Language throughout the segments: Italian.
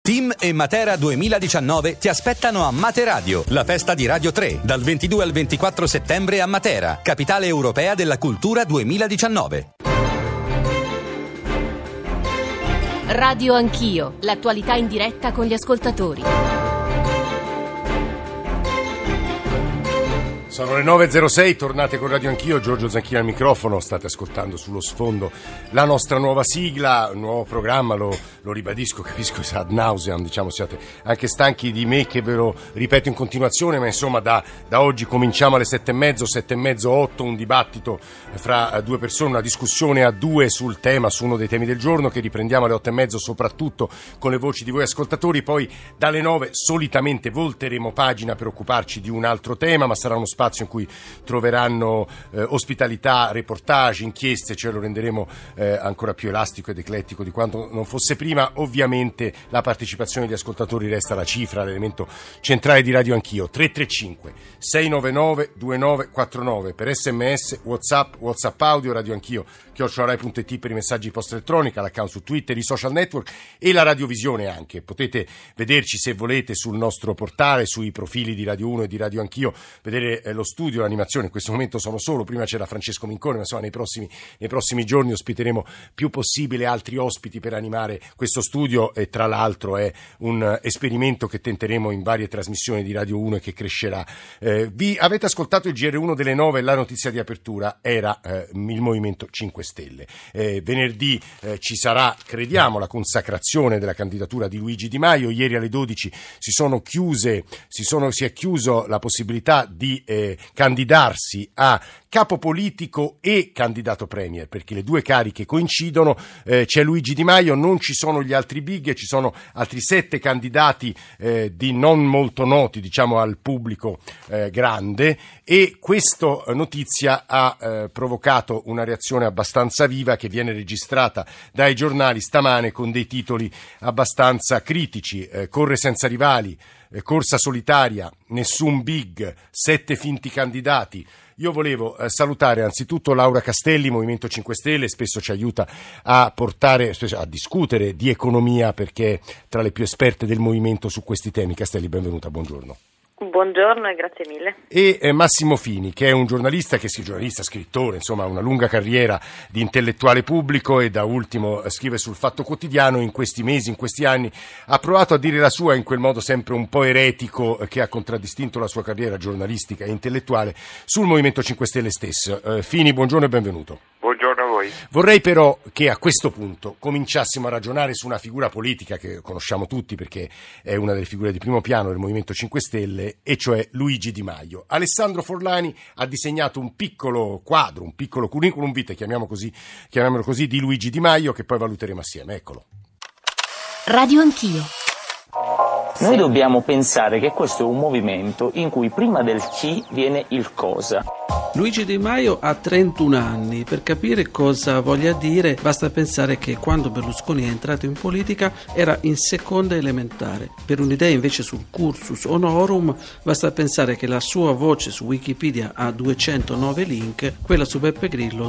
Team e Matera 2019 ti aspettano a Materadio, la festa di Radio 3, dal 22 al 24 settembre a Matera, capitale europea della cultura 2019. Radio Anch'io, l'attualità in diretta con gli ascoltatori. Sono le 9.06, tornate con Radio Anch'io, Giorgio Zanchini al microfono, state ascoltando sullo sfondo la nostra nuova sigla, un nuovo programma, lo ribadisco, capisco che ad nauseam, diciamo siate anche stanchi di me che ve lo ripeto in continuazione, ma insomma da oggi cominciamo alle 7.30, 8, un dibattito fra due persone, una discussione a due sul tema, su uno dei temi del giorno, che riprendiamo alle 8.30 soprattutto con le voci di voi ascoltatori, poi dalle 9 solitamente volteremo pagina per occuparci di un altro tema, ma sarà uno spazio in cui troveranno ospitalità, reportage, inchieste, cioè lo renderemo ancora più elastico ed eclettico di quanto non fosse prima. Ovviamente la partecipazione degli ascoltatori resta la cifra, l'elemento centrale di Radio Anch'io. 335 699 2949 per SMS, WhatsApp audio, Radio Anch'io @rai.it per i messaggi di posta elettronica, l'account su Twitter, i social network e la radiovisione anche. Potete vederci se volete sul nostro portale, sui profili di Radio 1 e di Radio Anch'io, vedere lo studio, l'animazione. In questo momento sono solo, prima c'era Francesco Mincone, ma insomma nei prossimi giorni ospiteremo più possibile altri ospiti per animare questo studio, e tra l'altro è un esperimento che tenteremo in varie trasmissioni di Radio 1 e che crescerà. Vi avete ascoltato il GR1 delle 9, la notizia di apertura era il Movimento 5 Stelle. Venerdì ci sarà, crediamo, la consacrazione della candidatura di Luigi Di Maio. Ieri alle 12 si è chiuso la possibilità di candidarsi a capo politico e candidato premier, perché le due cariche coincidono. C'è Luigi Di Maio, non ci sono gli altri big, ci sono altri 7 candidati di non molto noti, diciamo, al pubblico grande, e questa notizia ha provocato una reazione abbastanza viva che viene registrata dai giornali stamane con dei titoli abbastanza critici. Corre senza rivali, corsa solitaria, nessun big, 7 finti candidati. Io volevo salutare anzitutto Laura Castelli, Movimento 5 Stelle, spesso ci aiuta a discutere di economia perché è tra le più esperte del movimento su questi temi. Castelli, benvenuta, buongiorno. Buongiorno e grazie mille. E Massimo Fini, che è un giornalista, scrittore, insomma, ha una lunga carriera di intellettuale pubblico e da ultimo scrive sul Fatto Quotidiano. In questi mesi, in questi anni, ha provato a dire la sua in quel modo sempre un po' eretico che ha contraddistinto la sua carriera giornalistica e intellettuale sul Movimento 5 Stelle stesso. Fini, buongiorno e benvenuto. Buongiorno a voi. Vorrei però che a questo punto cominciassimo a ragionare su una figura politica che conosciamo tutti perché è una delle figure di primo piano del Movimento 5 Stelle, e cioè Luigi Di Maio. Alessandro Forlani ha disegnato un piccolo quadro, un piccolo curriculum vitae, chiamiamolo così, di Luigi Di Maio, che poi valuteremo assieme. Eccolo. Radio Anch'io. Noi dobbiamo pensare che questo è un movimento in cui prima del chi viene il cosa. Luigi Di Maio ha 31 anni. Per capire cosa voglia dire basta pensare che quando Berlusconi è entrato in politica era in seconda elementare. Per un'idea invece sul cursus honorum basta pensare che la sua voce su Wikipedia ha 209 link, quella su Beppe Grillo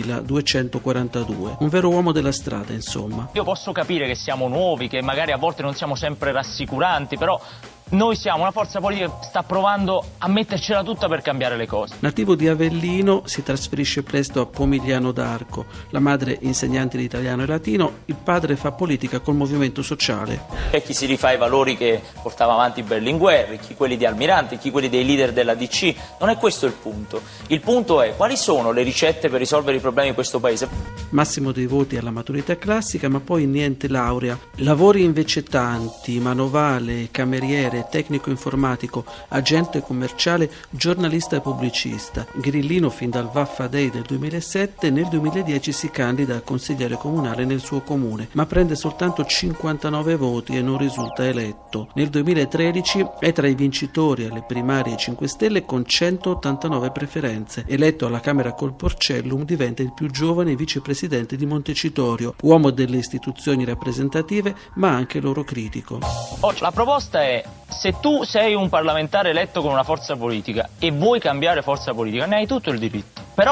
2242. Un vero uomo della strada, insomma. Io posso capire che siamo nuovi, che magari a volte non siamo sempre rassicuranti, però noi siamo una forza politica che sta provando a mettercela tutta per cambiare le cose. Nativo di Avellino, si trasferisce presto a Pomigliano d'Arco. La madre insegnante di italiano e latino, il padre fa politica col movimento sociale. C'è chi si rifà ai valori che portava avanti Berlinguer, chi quelli di Almirante, chi quelli dei leader della DC. Non è questo il punto. Il punto è quali sono le ricette per risolvere i problemi di questo paese. Massimo dei voti alla maturità classica, ma poi niente laurea. Lavori invece tanti: manovale, cameriere, tecnico informatico, agente commerciale, giornalista e pubblicista. Grillino fin dal Vaffa Day del 2007, nel 2010 si candida a consigliere comunale nel suo comune, ma prende soltanto 59 voti e non risulta eletto. Nel 2013 è tra i vincitori alle primarie 5 Stelle con 189 preferenze. Eletto alla Camera col Porcellum, diventa il più giovane vicepresidente di Montecitorio, uomo delle istituzioni rappresentative ma anche loro critico. La proposta è: se tu sei un parlamentare eletto con una forza politica e vuoi cambiare forza politica, ne hai tutto il diritto. Però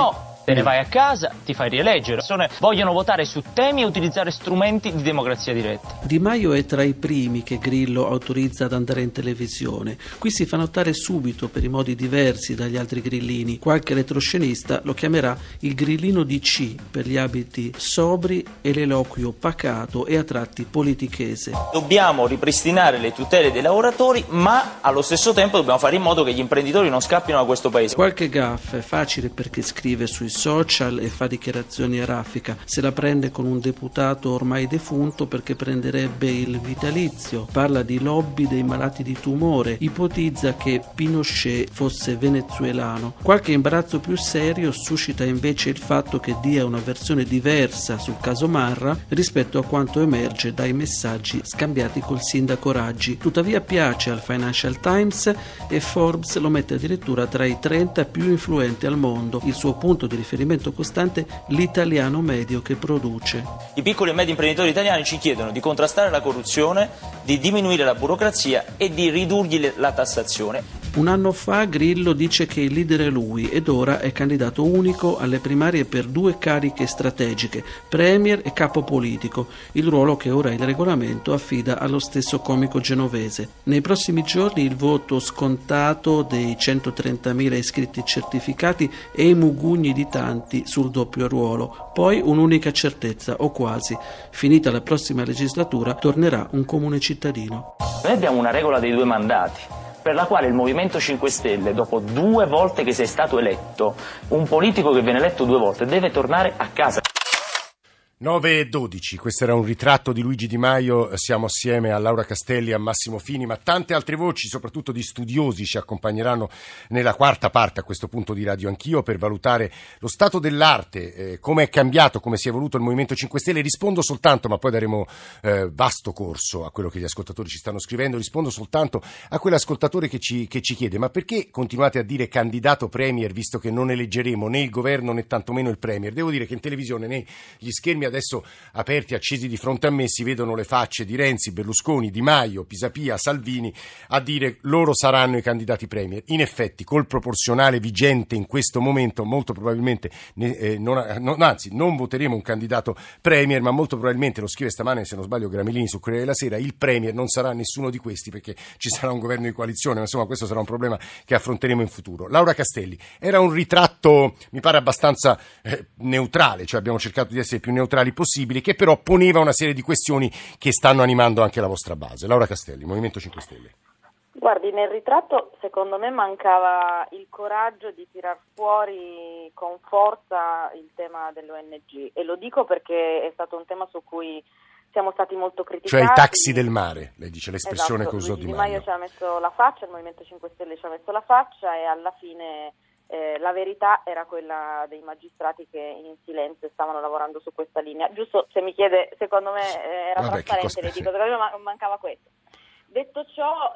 te ne vai a casa, ti fai rieleggere. Le persone vogliono votare su temi e utilizzare strumenti di democrazia diretta. Di Maio è tra i primi che Grillo autorizza ad andare in televisione. Qui si fa notare subito per i modi diversi dagli altri grillini. Qualche retroscenista lo chiamerà il grillino DC per gli abiti sobri e l'eloquio pacato e a tratti politichese. Dobbiamo ripristinare le tutele dei lavoratori, ma allo stesso tempo dobbiamo fare in modo che gli imprenditori non scappino da questo paese. Qualche gaffa è facile perché scrive sui social e fa dichiarazioni a raffica. Se la prende con un deputato ormai defunto perché prenderebbe il vitalizio. Parla di lobby dei malati di tumore. Ipotizza che Pinochet fosse venezuelano. Qualche imbarazzo più serio suscita invece il fatto che dia una versione diversa sul caso Marra rispetto a quanto emerge dai messaggi scambiati col sindaco Raggi. Tuttavia piace al Financial Times e Forbes lo mette addirittura tra i 30 più influenti al mondo. Il suo punto di riferimento costante, l'italiano medio che produce. I piccoli e medi imprenditori italiani ci chiedono di contrastare la corruzione, di diminuire la burocrazia e di ridurgli la tassazione. Un anno fa Grillo dice che il leader è lui ed ora è candidato unico alle primarie per 2 cariche strategiche, premier e capo politico, il ruolo che ora il regolamento affida allo stesso comico genovese. Nei prossimi giorni il voto scontato dei 130.000 iscritti certificati e i mugugni di tanti sul doppio ruolo, poi un'unica certezza, o quasi. Finita la prossima legislatura tornerà un comune cittadino. Noi abbiamo una regola dei 2 mandati, per la quale il Movimento 5 Stelle, dopo 2 volte che sei stato eletto, un politico che viene eletto 2 volte deve tornare a casa. 9:12, questo era un ritratto di Luigi Di Maio, siamo assieme a Laura Castelli e a Massimo Fini, ma tante altre voci, soprattutto di studiosi, ci accompagneranno nella quarta parte a questo punto di Radio Anch'io per valutare lo stato dell'arte, come è cambiato, come si è evoluto il Movimento 5 Stelle. Rispondo soltanto, ma poi daremo vasto corso a quello che gli ascoltatori ci stanno scrivendo, rispondo soltanto a quell'ascoltatore che ci chiede: ma perché continuate a dire candidato premier visto che non eleggeremo né il governo né tantomeno il premier? Devo dire che in televisione negli schermi adesso aperti, accesi di fronte a me, si vedono le facce di Renzi, Berlusconi, Di Maio, Pisapia, Salvini a dire loro saranno i candidati premier. In effetti, col proporzionale vigente in questo momento, molto probabilmente non voteremo un candidato premier, ma molto probabilmente, lo scrive stamane, se non sbaglio, Gramellini su Corriere della Sera, il premier non sarà nessuno di questi perché ci sarà un governo di coalizione, ma insomma questo sarà un problema che affronteremo in futuro. Laura Castelli, era un ritratto, mi pare, abbastanza neutrale, cioè abbiamo cercato di essere più neutrali possibili, che però poneva una serie di questioni che stanno animando anche la vostra base. Laura Castelli, Movimento 5 Stelle. Guardi, nel ritratto secondo me mancava il coraggio di tirar fuori con forza il tema dell'ONG, e lo dico perché è stato un tema su cui siamo stati molto criticati. Cioè i taxi del mare, lei dice l'espressione, esatto, che usò Di Di Maio ci ha messo la faccia, il Movimento 5 Stelle ci ha messo la faccia, e alla fine la verità era quella dei magistrati che in silenzio stavano lavorando su questa linea. Giusto, se mi chiede, secondo me era trasparente, le dico, secondo me mancava questo. Detto ciò,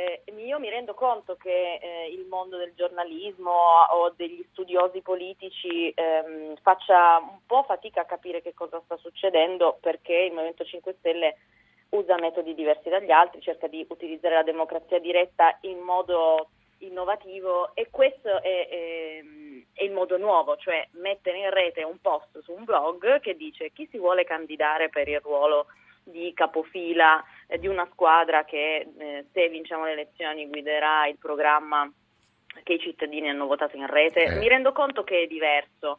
io mi rendo conto che il mondo del giornalismo o degli studiosi politici faccia un po' fatica a capire che cosa sta succedendo, perché il Movimento 5 Stelle usa metodi diversi dagli altri, cerca di utilizzare la democrazia diretta in modo innovativo, e questo è il modo nuovo, cioè mettere in rete un post su un blog che dice: chi si vuole candidare per il ruolo di capofila di una squadra che se vinciamo le elezioni guiderà il programma che i cittadini hanno votato in rete. Mi rendo conto che è diverso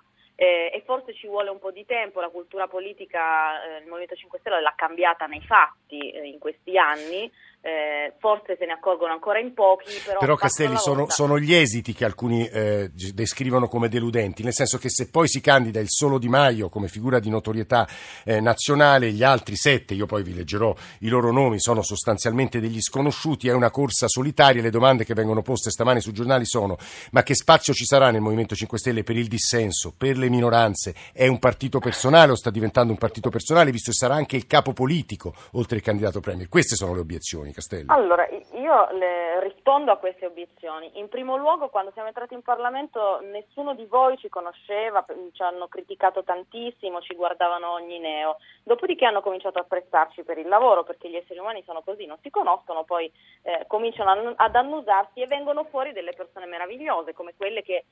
e forse ci vuole un po' di tempo. La cultura politica, il Movimento 5 Stelle l'ha cambiata nei fatti in questi anni, forse se ne accorgono ancora in pochi, però Castelli, sono gli esiti che alcuni descrivono come deludenti, nel senso che se poi si candida il solo Di Maio come figura di notorietà nazionale, gli altri 7, io poi vi leggerò i loro nomi, sono sostanzialmente degli sconosciuti, è una corsa solitaria. Le domande che vengono poste stamani sui giornali sono: ma che spazio ci sarà nel Movimento 5 Stelle per il dissenso, per le minoranze? È un partito personale o sta diventando un partito personale, visto che sarà anche il capo politico oltre il candidato premier? Queste sono le obiezioni. obiezioni, Castelli? Allora, io rispondo a queste obiezioni. In primo luogo, quando siamo entrati in Parlamento, nessuno di voi ci conosceva, ci hanno criticato tantissimo, ci guardavano ogni neo. Dopodiché hanno cominciato a apprezzarci per il lavoro, perché gli esseri umani sono così, non si conoscono, poi cominciano ad annusarsi e vengono fuori delle persone meravigliose, come quelle che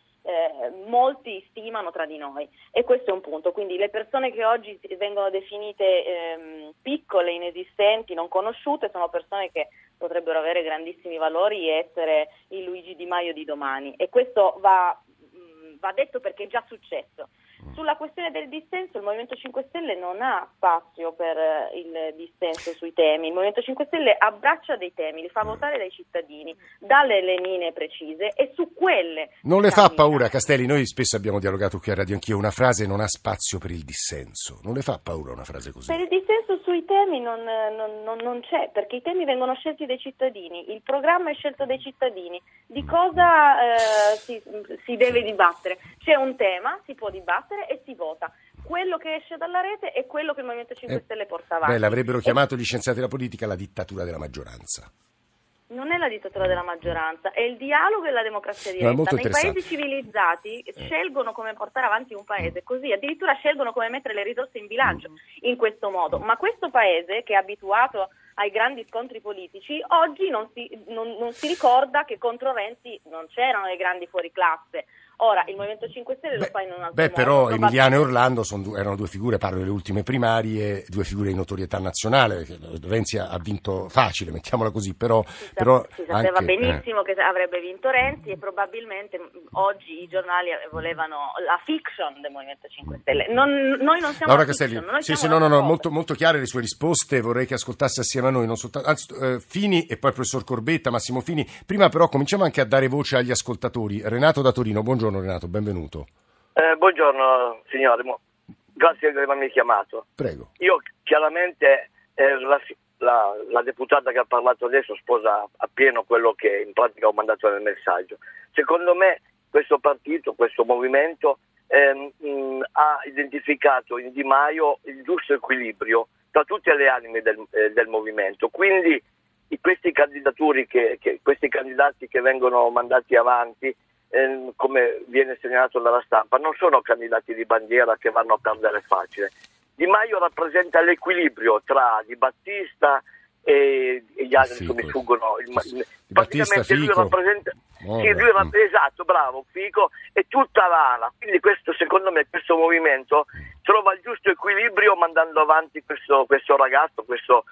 molti stimano tra di noi. E questo è un punto. Quindi le persone che oggi vengono definite piccole, inesistenti, non conosciute, sono persone che potrebbero avere grandissimi valori e essere il Luigi Di Maio di domani. E questo va detto perché è già successo. Sulla questione del dissenso, il Movimento 5 Stelle non ha spazio per il dissenso sui temi. Il Movimento 5 Stelle abbraccia dei temi, li fa votare dai cittadini, dà le linee precise e su quelle... Non le fa paura, Castelli? Noi spesso abbiamo dialogato qui a Radio Anch'io, una frase non ha spazio per il dissenso. Non le fa paura una frase così? Per il dissenso sui temi non c'è, perché i temi vengono scelti dai cittadini, il programma è scelto dai cittadini. Di cosa si deve dibattere? C'è un tema, si può dibattere e si vota. Quello che esce dalla rete è quello che il Movimento 5 Stelle porta avanti. L'avrebbero chiamato gli scienziati della politica la dittatura della maggioranza. Non è la dittatura della maggioranza, è il dialogo e la democrazia diretta. Nei paesi civilizzati scelgono come portare avanti un paese, così addirittura scelgono come mettere le risorse in bilancio in questo modo. Ma questo paese, che è abituato ai grandi scontri politici, oggi non si ricorda che contro Renzi non c'erano le grandi fuoriclasse. Ora, il Movimento 5 Stelle lo fa in un altro modo. Però Emiliano e Orlando erano due figure, parlo delle ultime primarie, due figure di notorietà nazionale. Renzi ha vinto facile, mettiamola così, però si sapeva anche, benissimo che avrebbe vinto Renzi e probabilmente oggi i giornali volevano la fiction del Movimento 5 Stelle. Noi non siamo Laura la Castelli, fiction, noi no, molto chiare le sue risposte, vorrei che ascoltasse assieme a noi, non soltanto, Fini e poi il professor Corbetta, Massimo Fini. Prima però cominciamo anche a dare voce agli ascoltatori. Renato da Torino, buongiorno Renato, benvenuto. Buongiorno signore, grazie per avermi chiamato. Prego. Io chiaramente la deputata che ha parlato adesso sposa appieno quello che in pratica ho mandato nel messaggio. Secondo me questo partito, questo movimento ha identificato in Di Maio il giusto equilibrio tra tutte le anime del movimento. Quindi questi candidati che vengono mandati avanti, come viene segnalato dalla stampa, non sono candidati di bandiera che vanno a perdere facile. Di Maio rappresenta l'equilibrio tra Di Battista e gli altri che mi sfuggono. Praticamente lui rappresenta esatto, bravo, Fico e tutta l'ala. Quindi secondo me questo movimento trova il giusto equilibrio mandando avanti questo ragazzo.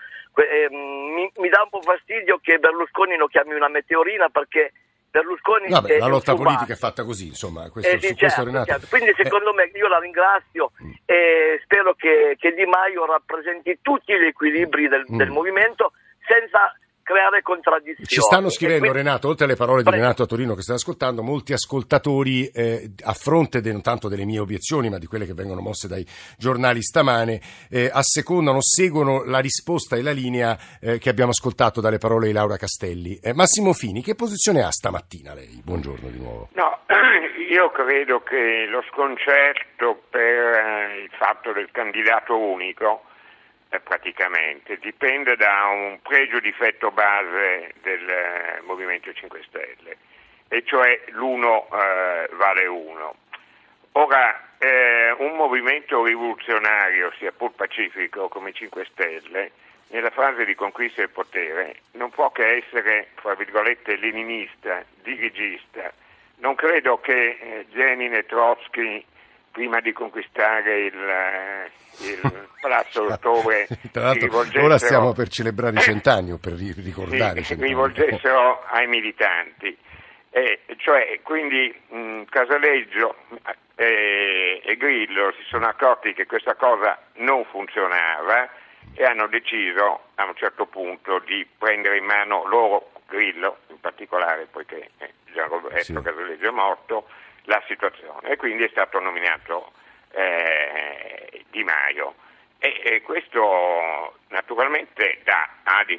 Mi dà un po' fastidio che Berlusconi lo chiami una meteorina, perché Berlusconi la lotta politica è fatta così, insomma, questo Renato. Certo. Quindi secondo me, io la ringrazio e spero che Di Maio rappresenti tutti gli equilibri del movimento senza creare contraddizioni. Ci stanno scrivendo, Renato, oltre alle parole di Renato a Torino che stai ascoltando, molti ascoltatori a fronte non tanto delle mie obiezioni ma di quelle che vengono mosse dai giornali stamane, assecondano, seguono la risposta e la linea che abbiamo ascoltato dalle parole di Laura Castelli. Massimo Fini, che posizione ha stamattina lei? Buongiorno di nuovo. No, io credo che lo sconcerto per il fatto del candidato unico praticamente dipende da un pregio difetto base del Movimento 5 Stelle, e cioè l'uno vale uno. Ora, un movimento rivoluzionario, sia pur pacifico come 5 Stelle, nella fase di conquista del potere non può che essere, fra virgolette, leninista, dirigista. Non credo che Lenin e Trotsky, prima di conquistare il Palazzo dove ora stiamo per celebrare i 100 anni, o per ricordare si rivolgessero ai militanti, quindi Casaleggio e Grillo si sono accorti che questa cosa non funzionava e hanno deciso a un certo punto di prendere in mano loro, Grillo in particolare, poiché Gian Roberto Casaleggio è morto, la situazione, e quindi è stato nominato Di Maio e questo naturalmente dà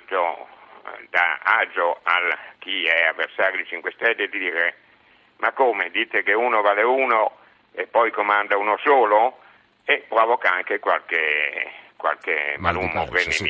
agio a chi è avversario di 5 Stelle di dire: ma come, dite che uno vale uno e poi comanda uno solo? E provoca anche qualche qualche malumore nei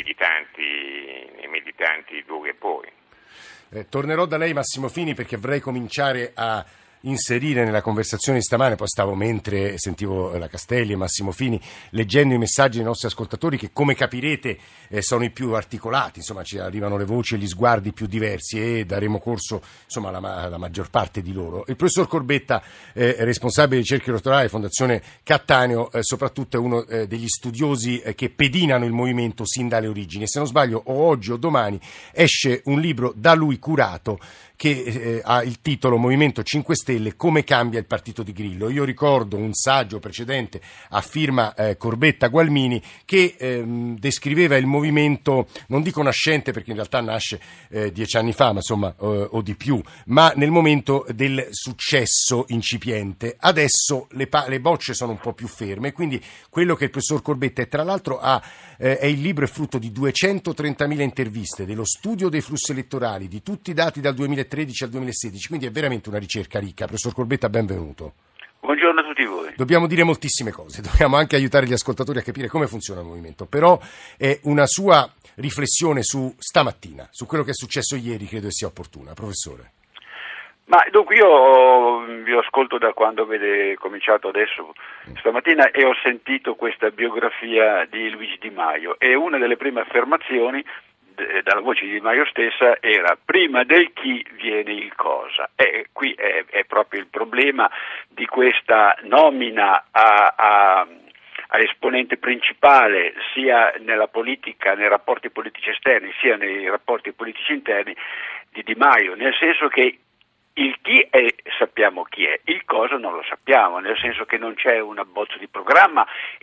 militanti duri e puri. Tornerò da lei, Massimo Fini, perché vorrei cominciare a inserire nella conversazione di stamane, poi stavo mentre sentivo la Castelli e Massimo Fini leggendo i messaggi dei nostri ascoltatori che, come capirete, sono i più articolati, insomma ci arrivano le voci e gli sguardi più diversi e daremo corso insomma alla maggior parte di loro. Il professor Corbetta, responsabile di ricerca dottorale Fondazione Cattaneo, soprattutto è uno degli studiosi che pedinano il movimento sin dalle origini, e se non sbaglio o oggi o domani esce un libro da lui curato che ha il titolo Movimento 5 Stelle, come cambia il partito di Grillo. Io ricordo un saggio precedente a firma Corbetta Gualmini che descriveva il movimento, non dico nascente perché in realtà nasce 10 anni fa, ma insomma o di più, ma nel momento del successo incipiente. Adesso le bocce sono un po' più ferme, quindi quello che il professor Corbetta, e tra l'altro è il libro è frutto di 230.000 interviste, dello studio dei flussi elettorali, di tutti i dati dal 2013 al 2016, quindi è veramente una ricerca ricca. Professor Corbetta, benvenuto. Buongiorno a tutti voi. Dobbiamo dire moltissime cose, dobbiamo anche aiutare gli ascoltatori a capire come funziona il movimento, però una sua riflessione su stamattina, su quello che è successo ieri, credo che sia opportuna. Professore. Ma dunque io vi ascolto da quando avete cominciato adesso stamattina e ho sentito questa biografia di Luigi Di Maio, e una delle prime affermazioni dalla voce di Di Maio stessa era: prima del chi viene il cosa. E qui è proprio il problema di questa nomina a esponente principale sia nella politica, nei rapporti politici esterni, sia nei rapporti politici interni di Di Maio, nel senso che il chi sappiamo chi è, il cosa non lo sappiamo, nel senso che non c'è un abbozzo di programma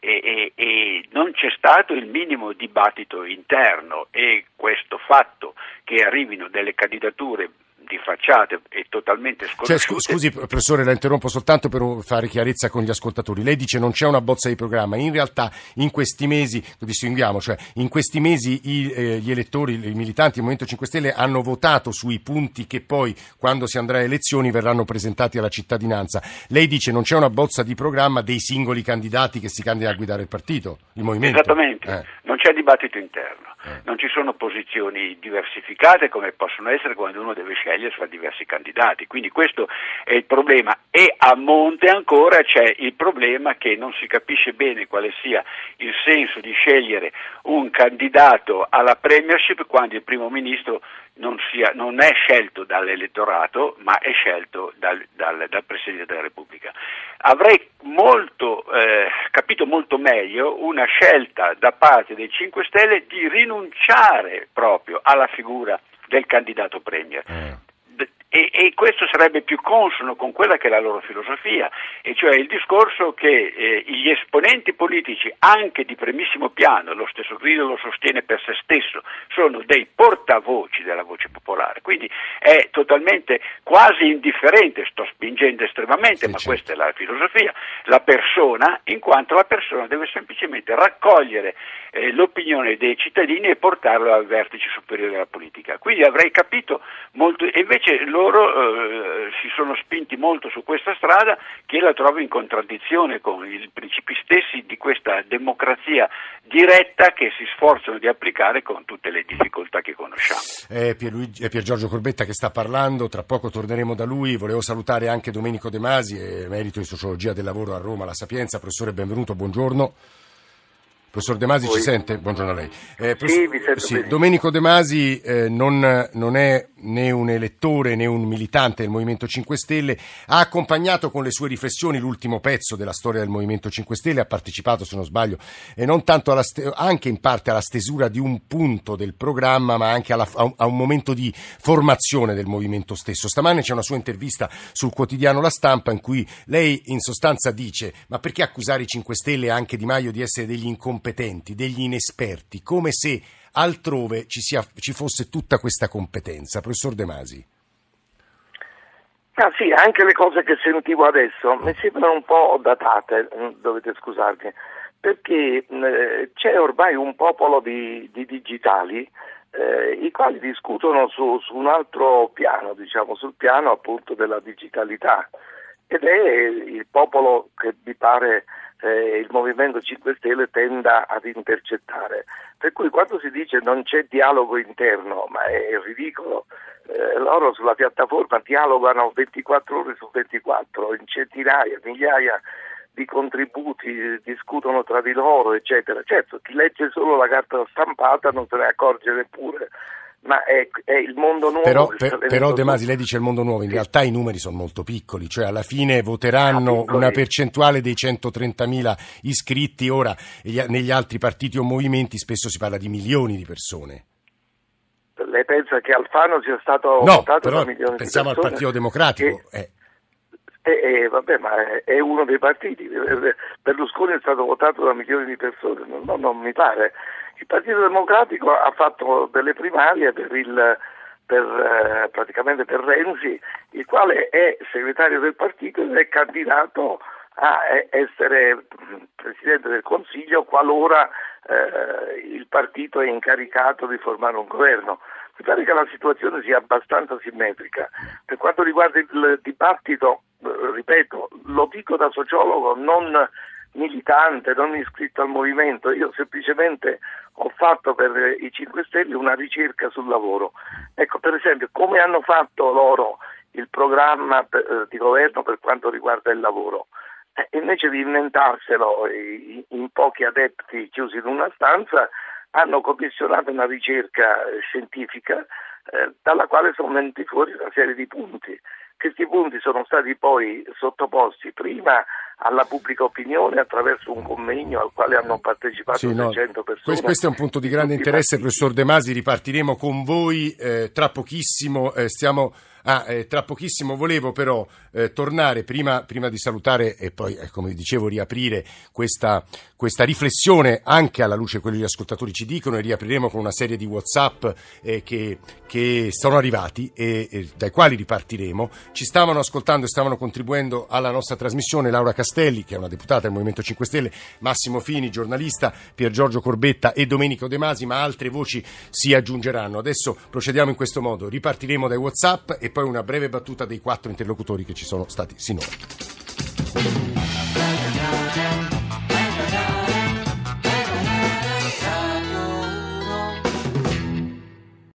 e non c'è stato il minimo dibattito interno, e questo fatto che arrivino delle candidature di facciate e totalmente sconosciute. Scusi professore, la interrompo soltanto per fare chiarezza con gli ascoltatori. Lei dice non c'è una bozza di programma, in realtà in questi mesi, lo distinguiamo, cioè in questi mesi gli elettori, i militanti del Movimento 5 Stelle hanno votato sui punti che poi, quando si andrà a elezioni, verranno presentati alla cittadinanza. Lei dice non c'è una bozza di programma dei singoli candidati che si candidano a guidare il partito, il movimento. Esattamente, non c'è dibattito interno, non ci sono posizioni diversificate come possono essere quando uno deve scegliere fra diversi candidati, quindi questo è il problema. E a monte ancora c'è il problema che non si capisce bene quale sia il senso di scegliere un candidato alla premiership quando il primo ministro non è scelto dall'elettorato ma è scelto dal Presidente della Repubblica. Avrei capito molto meglio una scelta da parte dei 5 Stelle di rinunciare proprio alla figura del candidato premier. E questo sarebbe più consono con quella che è la loro filosofia, e cioè il discorso che gli esponenti politici, anche di primissimo piano, lo stesso Grillo lo sostiene per se stesso, sono dei portavoci della voce popolare, quindi è totalmente quasi indifferente, sto spingendo estremamente, ma questa è la filosofia, la persona, in quanto la persona deve semplicemente raccogliere l'opinione dei cittadini e portarlo al vertice superiore della politica. Quindi avrei capito molto, e invece loro si sono spinti molto su questa strada, che la trovo in contraddizione con i principi stessi di questa democrazia diretta che si sforzano di applicare con tutte le difficoltà che conosciamo. Pier Giorgio Corbetta che sta parlando, tra poco torneremo da lui. Volevo salutare anche Domenico De Masi, emerito di sociologia del lavoro a Roma, La Sapienza. Professore, benvenuto, buongiorno. Professor De Masi, ci sente? Buongiorno a lei. Sì, vi sento. Domenico De Masi non è né un elettore né un militante del Movimento 5 Stelle, ha accompagnato con le sue riflessioni l'ultimo pezzo della storia del Movimento 5 Stelle, ha partecipato, se non sbaglio, e non tanto anche in parte alla stesura di un punto del programma, ma anche a un momento di formazione del movimento stesso. Stamane c'è una sua intervista sul quotidiano La Stampa in cui lei in sostanza dice: ma perché accusare i 5 Stelle e anche Di Maio di essere degli incompetenti, degli inesperti, come se altrove ci fosse tutta questa competenza. Professor De Masi. Ah sì, anche le cose che sentivo adesso mi sembrano un po' datate, dovete scusarmi, perché c'è ormai un popolo di digitali i quali discutono su un altro piano, diciamo sul piano appunto della digitalità, ed è il popolo che mi pare il Movimento 5 Stelle tenda ad intercettare. Per cui quando si dice non c'è dialogo interno, ma è ridicolo, loro sulla piattaforma dialogano 24 ore su 24, in centinaia, migliaia di contributi, discutono tra di loro, eccetera. Certo, chi legge solo la carta stampata non se ne accorge neppure, ma è il mondo nuovo. Però De Masi, lei dice il mondo nuovo, in realtà i numeri sono molto piccoli, cioè alla fine voteranno una percentuale dei 130.000 iscritti, ora negli altri partiti o movimenti spesso si parla di milioni di persone. Lei pensa che Alfano sia stato votato da milioni di persone? Pensiamo al Partito Democratico. Vabbè, ma è uno dei partiti. Berlusconi è stato votato da milioni di persone, non mi pare. Il Partito Democratico ha fatto delle primarie praticamente per Renzi, il quale è segretario del partito ed è candidato a essere Presidente del Consiglio qualora il partito è incaricato di formare un governo. Mi pare che la situazione sia abbastanza simmetrica. Per quanto riguarda il dibattito, ripeto, lo dico da sociologo, non militante, non iscritto al movimento, io semplicemente ho fatto per i 5 Stelle una ricerca sul lavoro. Ecco, per esempio, come hanno fatto loro il programma di governo per quanto riguarda il lavoro. Invece di inventarselo in pochi adepti chiusi in una stanza, hanno commissionato una ricerca scientifica dalla quale sono venuti fuori una serie di punti. Questi punti sono stati poi sottoposti prima alla pubblica opinione attraverso un convegno al quale hanno partecipato 600 persone. Questo è un punto di grande interesse, professor De Masi, ripartiremo con voi tra pochissimo. Tra pochissimo volevo però tornare prima di salutare e poi, come dicevo, riaprire questa riflessione anche alla luce di quello che gli ascoltatori ci dicono, e riapriremo con una serie di WhatsApp che sono arrivati e dai quali ripartiremo. Ci stavano ascoltando e stavano contribuendo alla nostra trasmissione Laura Castelli, che è una deputata del Movimento 5 Stelle, Massimo Fini, giornalista, Pier Giorgio Corbetta e Domenico De Masi, ma altre voci si aggiungeranno. Adesso procediamo in questo modo: ripartiremo dai WhatsApp e poi una breve battuta dei 4 interlocutori che ci sono stati sinora.